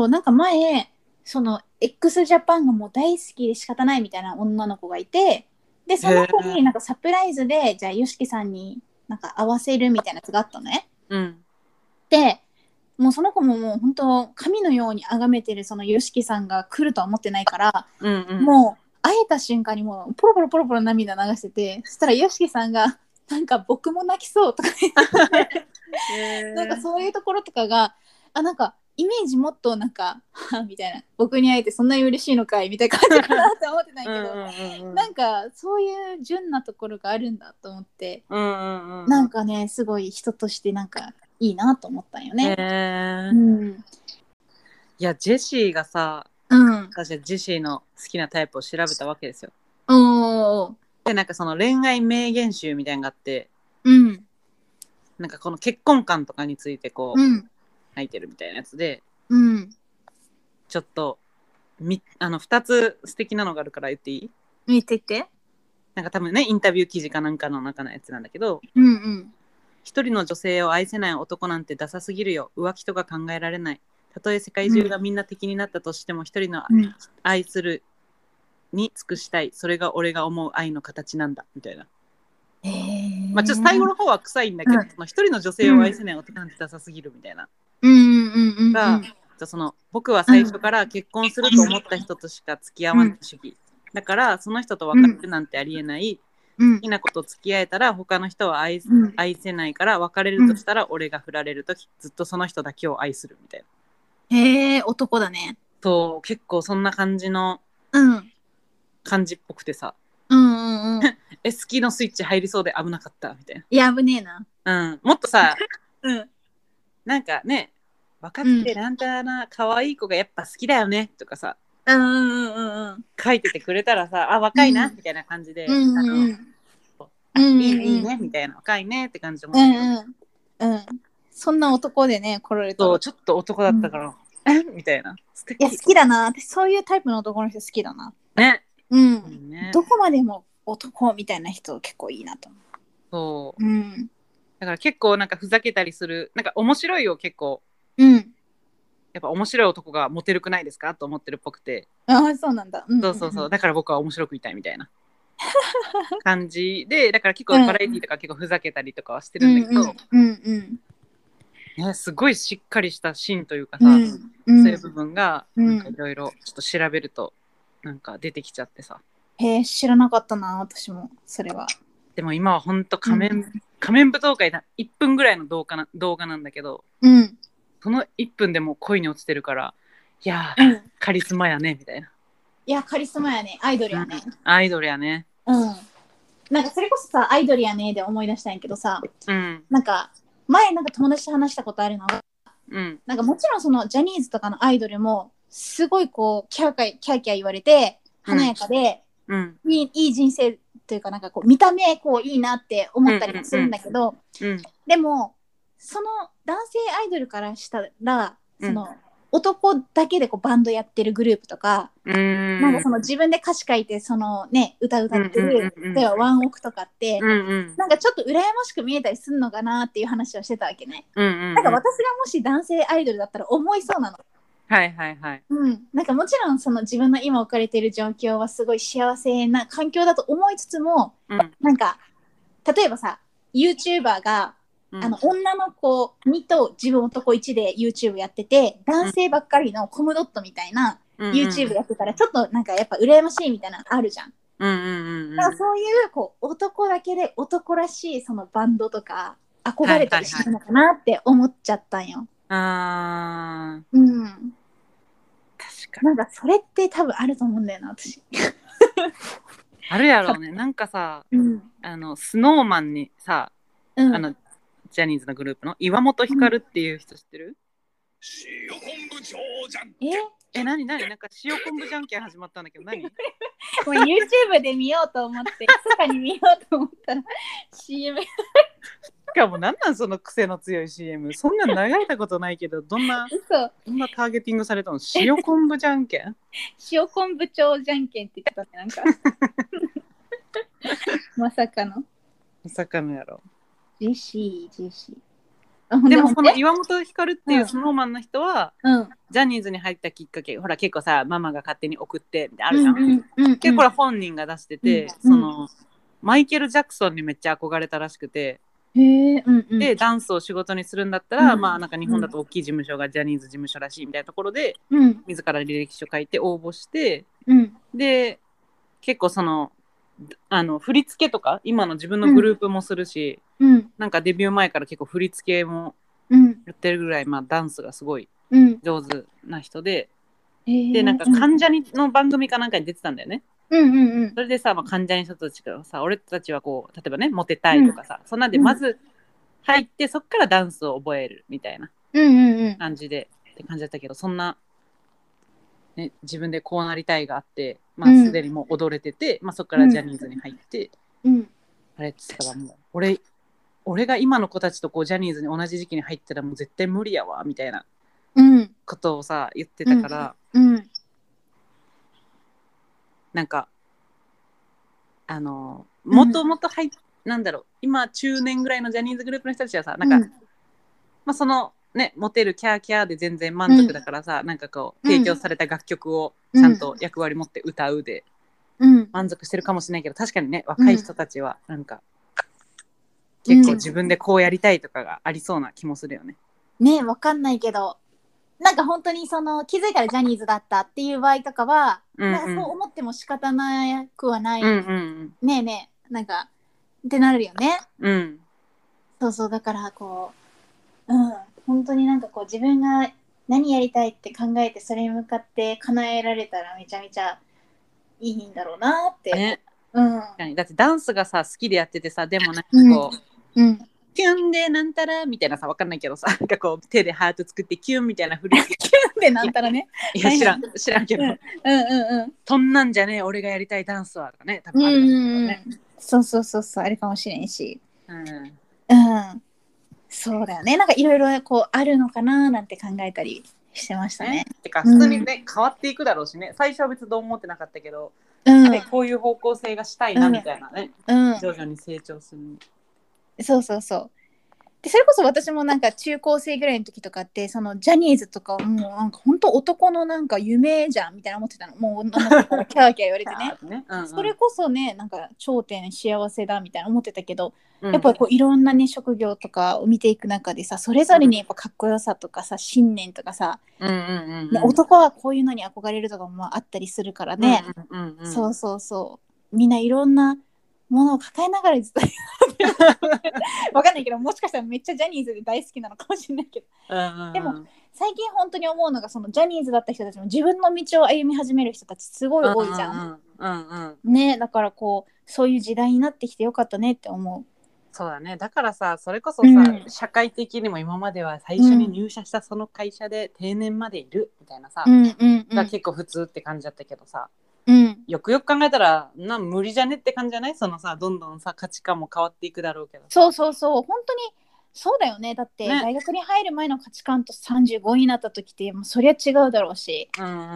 なんか前、その x ジャパンがもう大好きで仕方ないみたいな女の子がいて、で、その子になんかサプライズで、じゃあ YOSHIKI さんに、なんか合わせるみたいなやつがあったのね。でもうその子ももう本当神のように崇めてるその YOSHIKI さんが来るとは思ってないから、もう会えた瞬間にもうポロポロ涙流してて、そしたら YOSHIKI さんがなんか僕も泣きそうとか言ってなんかそういうところとかがなんかイメージもっとなんかみたいな、僕に会えてそんなに嬉しいのかいみたいな感じかなって思ってないけどなんかそういう純なところがあるんだと思って、なんかねすごい人としてなんかいいなと思ったんよね。 いやジェシーがさ、私はジェシーの好きなタイプを調べたわけですよ。でなんかその恋愛名言集みたいなのがあって、なんかこの結婚観とかについてこう、書いてるみたいなやつで、ちょっと2つ素敵なのがあるから言っていい？ 見てて。 なんか多分ねインタビュー記事かなんかの中のやつなんだけど、一人の女性を愛せない男なんてダサすぎるよ、浮気とか考えられない、たとえ世界中がみんな敵になったとしても一人の愛するに尽くしたい、それが俺が思う愛の形なんだみたいな。まあちょっと最後の方は臭いんだけど、その一人の女性を愛せない男なんてダサすぎるみたいなが、その僕は最初から結婚すると思った人としか付き合わない主義だから、その人と別れるなんてありえない、好きな子と付き合えたら他の人は愛せないから、別れるとしたら俺が振られるときずっとその人だけを愛するみたいな。 へえ、男だね。 そう結構そんな感じの感じっぽくてさ、好きのスイッチ入りそうで危なかったみたいな。 いや危ねえな。もっとさなんかね、分かってるあんたな可愛い子がやっぱ好きだよねとかさ、書いててくれたらさ、若いなみたいな感じで、いいねみたいな、若いねって感じで思って、 そんな男でね来られたら、 ちょっと男だったから、みたいな。 いや好きだな、私そういうタイプの男の人好きだなね。 どこまでも男みたいな人結構いいなと思う。 だから結構なんかふざけたりする、なんか面白いよ結構。やっぱ面白い男がモテるくないですかと思ってるっぽくて。 そうなんだ。 そうだから僕は面白くいたいみたいな感じで、だから結構バラエティーとか結構ふざけたりとかはしてるんだけど、ね、すごいしっかりしたシーンというかさ、そういう部分がいろいろちょっと調べるとなんか出てきちゃってさ。 知らなかったな私もそれは。 でも今はほんと仮面舞踏会だ、1分ぐらいの動画なんだけど、その1分でもう恋に落ちてるから、いやカリスマやねみたいな。 いやカリスマやね、アイドルやね。 アイドルやね。 なんかそれこそさ、アイドルやねで思い出したんやけどさ、 うん、 なんか前なんか友達と話したことあるのが、 うん、 なんかもちろんそのジャニーズとかのアイドルもすごいこうキャーキャー言われて華やかで、 うん、 いい人生というか、なんかこう見た目こういいなって思ったりもするんだけど、でもその男性アイドルからしたら、その男だけでこうバンドやってるグループとか、なんかその自分で歌詞書いてそのね歌ってる、例えばワンオクとかって、なんかちょっと羨ましく見えたりするのかなっていう話をしてたわけね。なんか私がもし男性アイドルだったら思いそうなの。 はいはいはい。 なんかもちろんその自分の今置かれている状況はすごい幸せな環境だと思いつつも、なんか例えばさ YouTuber が、女の子2と自分男1で YouTube やってて、男性ばっかりのコムドットみたいな YouTube やってたらちょっとなんかやっぱ羨ましいみたいなのあるじゃん。だからそういうこう男だけで男らしいそのバンドとか憧れたりするのかなって思っちゃったんよ。 あー、うん。 確かなんかそれって多分あると思うんだよな、私。 あるやろうね。なんかさ、スノーマンにさ、ジャニーズのグループの岩本照っていう人知ってる？塩昆布町じゃんけん。何なんか塩昆布じゃんけん始まったんだけど、何？ もう YouTube で見ようと思って密かに見ようと思ったら CM しかもなんその癖の強い CM。 そんな流れたことないけど、どんなターゲティングされたの？塩昆布じゃんけん塩昆布町じゃんけんって言ってたね、なんかまさかのやろ。 ジェシーでもこの岩本照っていうスノーマンの人は、ジャニーズに入ったきっかけ、ほら結構さママが勝手に送ってあるじゃん、結構これ本人が出してて、そのマイケル・ジャクソンにめっちゃ憧れたらしくて、でダンスを仕事にするんだったら、まあなんか日本だと大きい事務所がジャニーズ事務所らしいみたいなところで、自ら履歴書書いて応募して、で結構その振り付けとか今の自分のグループもするし、なんかデビュー前から結構振り付けもやってるぐらい、まあ、ダンスがすごい上手な人で、でなんか関ジャニの番組かなんかに出てたんだよね。それでさ、まあ、関ジャニの人たちがさ、俺たちはこう例えばねモテたいとかさ、そんなんでまず入ってそっからダンスを覚えるみたいな感じで、って感じだったけど、そんなね、自分でこうなりたいがあって、まあ、すでにもう踊れてて、まあ、そこからジャニーズに入って、あれって言ったらもう俺が今の子たちとこうジャニーズに同じ時期に入ったらもう絶対無理やわみたいなことをさ言ってたから、なんかもともとなんだろう、今中年ぐらいのジャニーズグループの人たちはさ、なんか、まあ、そのね、モテるキャーキャーで全然満足だからさ、なんかこう提供された楽曲をちゃんと役割持って歌うで満足してるかもしれないけど、確かにね若い人たちはなんか、結構自分でこうやりたいとかがありそうな気もするよね。 ね、わかんないけど、なんか本当にその気づいたらジャニーズだったっていう場合とかは、なんかそう思っても仕方なくはない、ねえねえなんかってなるよね。そうだからこう本当になんかこう自分が何やりたいって考えてそれに向かって叶えられたらめちゃめちゃいいんだろうなって、 ね、だってダンスがさ好きでやっててさ、でもなんかこう、キュンでなんたらみたいなさ、わかんないけどさ、なんかこう手でハート作ってキュンみたいな振り付けキュンでなんたらね、 いや知らんけど、そんなんじゃねえ俺がやりたいダンスはとかね、多分あるんだけどね。 そうあるかもしれんし、そうだよね、なんかいろいろこうあるのかななんて考えたりしてましたね。 てか普通にね、変わっていくだろうしね。最初は別にどう思ってなかったけど、こういう方向性がしたいなみたいなね、徐々に成長する。 そうで、それこそ私もなんか中高生ぐらいの時とかってそのジャニーズとかもうなんか本当男のなんか夢じゃんみたいな思ってたの。もう女の子からキャーキャー言われてねそれこそねなんか頂点幸せだみたいな思ってたけど、やっぱりこういろんなね職業とかを見ていく中でさ、それぞれにやっぱかっこよさとかさ信念とかさ、男はこういうのに憧れるとかもあったりするからね、そうみんないろんなものを抱えながらずっとわかんないけど、もしかしたらめっちゃジャニーズで大好きなのかもしれないけど、でも最近本当に思うのが、そのジャニーズだった人たちも自分の道を歩み始める人たちすごい多いじゃん。 うんね、だからこうそういう時代になってきてよかったねって思う。 そうだね。だからさ、それこそさ、社会的にも今までは最初に入社したその会社で定年までいるみたいなさ、が結構普通って感じだったけどさ、よくよく考えたら無理じゃねって感じじゃない？そのさ、どんどんさ価値観も変わっていくだろうけど。 そう本当にそうだよね。だって、ね、大学に入る前の価値観と35になった時ってもうそりゃ違うだろうし。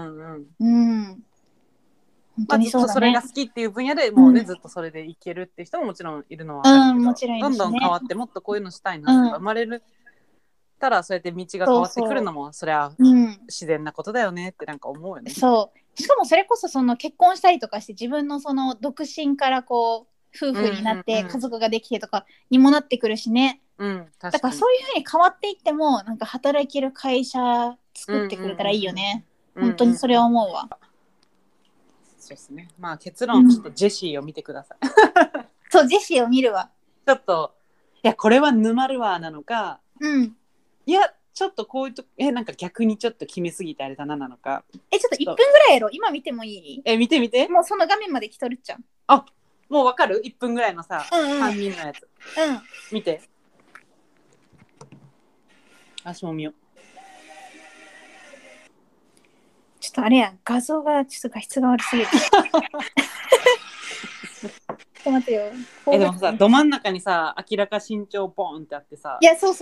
本当にそうだね。 それが好きっていう分野でもうね、ずっとそれでいけるって人ももちろんいるのは分かるけど、 もちろんいるしね、 どんどん変わってもっとこういうのしたいなって生まれるたら、そうやって道が変わってくるのもそりゃ自然なことだよねってなんか思うよね。 そうしかもそれこそその結婚したりとかして自分のその独身からこう夫婦になって家族ができてとかにもなってくるしね、だからそういう風に変わっていってもなんか働ける会社作ってくれたらいいよね、本当にそれは思うわ。 そうですね。まあ結論、ちょっとジェシーを見てください。 そう、ジェシーを見るわ。 ちょっといやこれは沼るわなのか、いやちょっとこういうとなんか逆にちょっと決めすぎてあれだなのか。 ちょっと1分ぐらいやろ。今見てもいい？ 見てもうその画面まで来とるっちゃん。 あ、もうわかる？1分ぐらいのさ、3人のやつ。見て。私も見よう。 ちょっとあれや、画像がちょっと画質が悪すぎる。ちょっと待ってよ。 でもさ、ど真ん中にさ、明らか身長ボーンってあってさ。 いや、そう。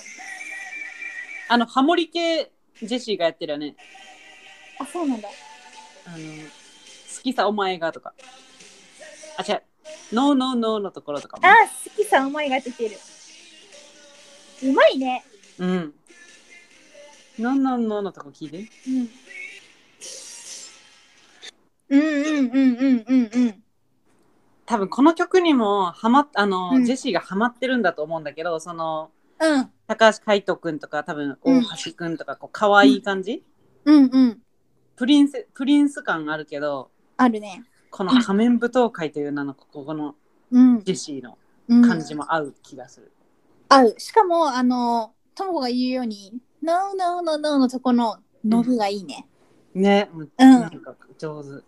ハモリ系ジェシーがやってるよね。 あ、そうなんだ。 好きさお前がとか。あ、違う。ノーノーノーのところとかも。 あ、好きさお前が出てる。うまいね。 ノーノーノーのとこ聞いて。多分この曲にもジェシーがハマってるんだと思うんだけど、その、高橋海人くんとか多分大橋くんとかこう可愛い感じ、プリンス感あるけど、 あるね。 この仮面舞踏会という名のここのジェシーの感じも合う気がする。 合う。しかもともこが言うようにノーノーノーノーのとこのノブがいいね。 ね、なんか上手。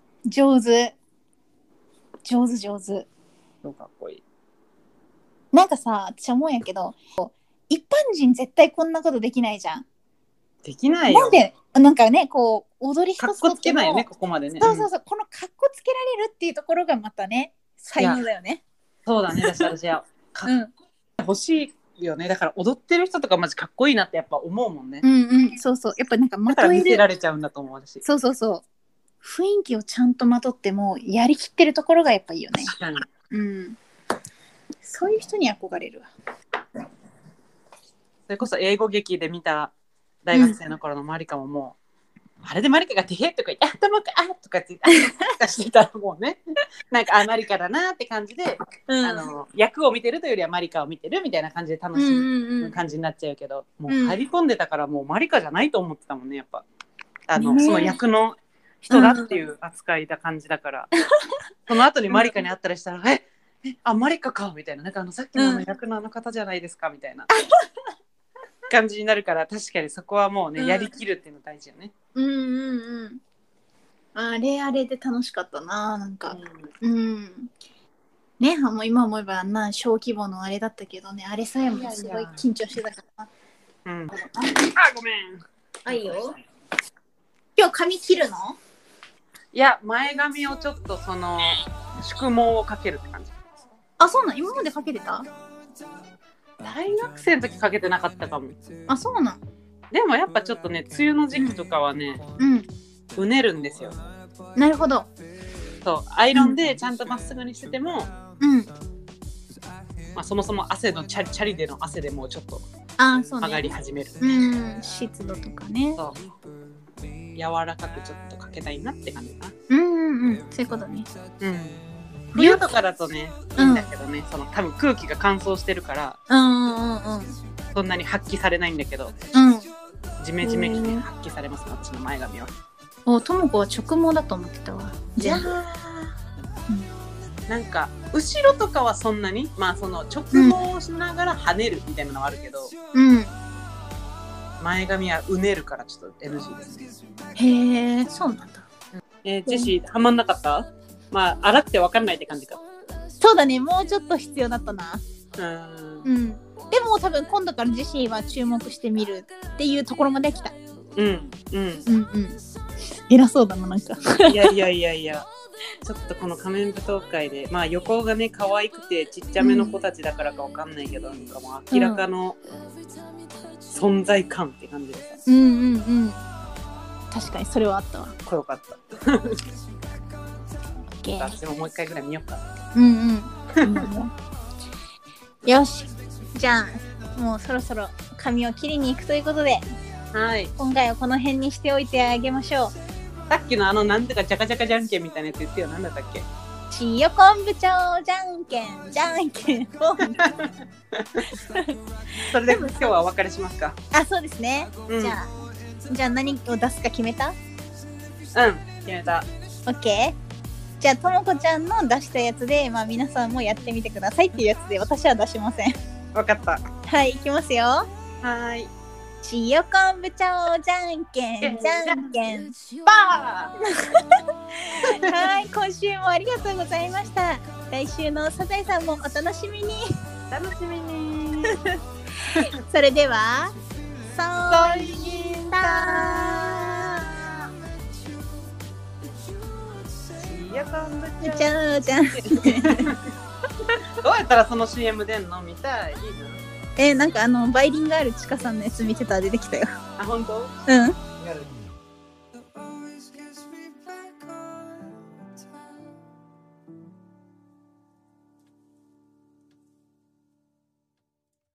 そうかっこいい。 なんかさ、私思うんやけど、一般人絶対こんなことできないじゃん。 できないよ。 なんでなんかね、こう踊り一つとってもかっこつけないよね、ここまでね。 そう、このかっこつけられるっていうところがまたね、才能だよね。 そうだね、私は欲しいよね。だから踊ってる人とかマジかっこいいなってやっぱ思うもんね。 そうやっぱなんかだから見せられちゃうんだと思う私。 そう雰囲気をちゃんとまとってもやりきってるところがやっぱいいよね。 確かに。 そういう人に憧れるわ。 それこそ英語劇で見た大学生の頃のマリカももう、あれでマリカがてへとか言って「あともかあ」とかって言ってしてたらもうね、なんかマリカだなって感じで、役を見てるというよりはマリカを見てるみたいな感じで楽しむ感じになっちゃうけど、もう入り込んでたからもうマリカじゃないと思ってたもんね、やっぱその役の人だっていう扱いだ感じだから、その後にマリカに会ったりしたらマリカかみたいな、なんかさっきの役の方じゃないですかみたいな感じになるから、確かにそこはもうね、やりきるっていうの大事よね。 あれで楽しかったな、なんかね、もう今思えば小規模のあれだったけどね、あれさえもすごい緊張してたからな。 ごめん。 いいよ。今日髪切るの？ いや、前髪をちょっとその宿毛をかけるって感じ。 あ、そうなん？今までかけてた？ 大学生の時かけてなかったかも。 あ、そうなん。 でもやっぱちょっとね、梅雨の時期とかはね、うねるんですよ。 なるほど。 そう、アイロンでちゃんとまっすぐにしてても、そもそも汗のチャリでの汗でもうちょっと上がり始める。 湿度とかね。 そう、柔らかくちょっとかけたいなって感じかな。 そういうことね。 冬とかだとね、いいんだけどね、その多分空気が乾燥してるから、そんなに発揮されないんだけど、ジメジメに発揮されますね、私の前髪は。 ともこは直毛だと思ってたわ。 なんか後ろとかはそんなに、その直毛しながら跳ねるみたいなのはあるけど、前髪はうねるからちょっと NG ですね。 へえ、そうなんだ。 ジェシーハマんなかった？ まあ荒くて分かんないって感じか。 そうだね、もうちょっと必要だったな。 うんでも多分今度から自身は注目してみるっていうところまで来た。偉そうだな、なんか。 いやちょっとこの仮面舞踏会で、まあ横がね可愛くてちっちゃめの子たちだからか分かんないけど、なんかもう明らかの存在感って感じでさ。 確かにそれはあったわ。 かっこよかった。私ももう一回ぐらい見ようか。 よし、じゃあもうそろそろ髪を切りに行くということで、 はい、 今回はこの辺にしておいてあげましょう。 さっきのなんてかジャカジャカじゃんけんみたいなやつ言ってよ。なんだったっけ？ 塩昆布町じゃんけんじゃんけんぽん。 それで今日はお別れしますか？ あ、そうですね。じゃあ何を出すか決めた？ 決めた。 オッケー。じゃあともこちゃんの出したやつで、まあ皆さんもやってみてくださいっていうやつで、私は出しません。 わかった。 はい、いきますよ。 はい。 塩昆布町じゃんけんじゃんけんパー。はい、今週もありがとうございました。来週のサザエさんもお楽しみに。 楽しみに。 それでは、ソイギンだー。 塩昆布ちゃうじゃん。 どうやったらその CM 出んの？見たい。いいな。 なんかバイリンガールちかさんのやつ見てたら出てきたよ。 あ、本当？ うん。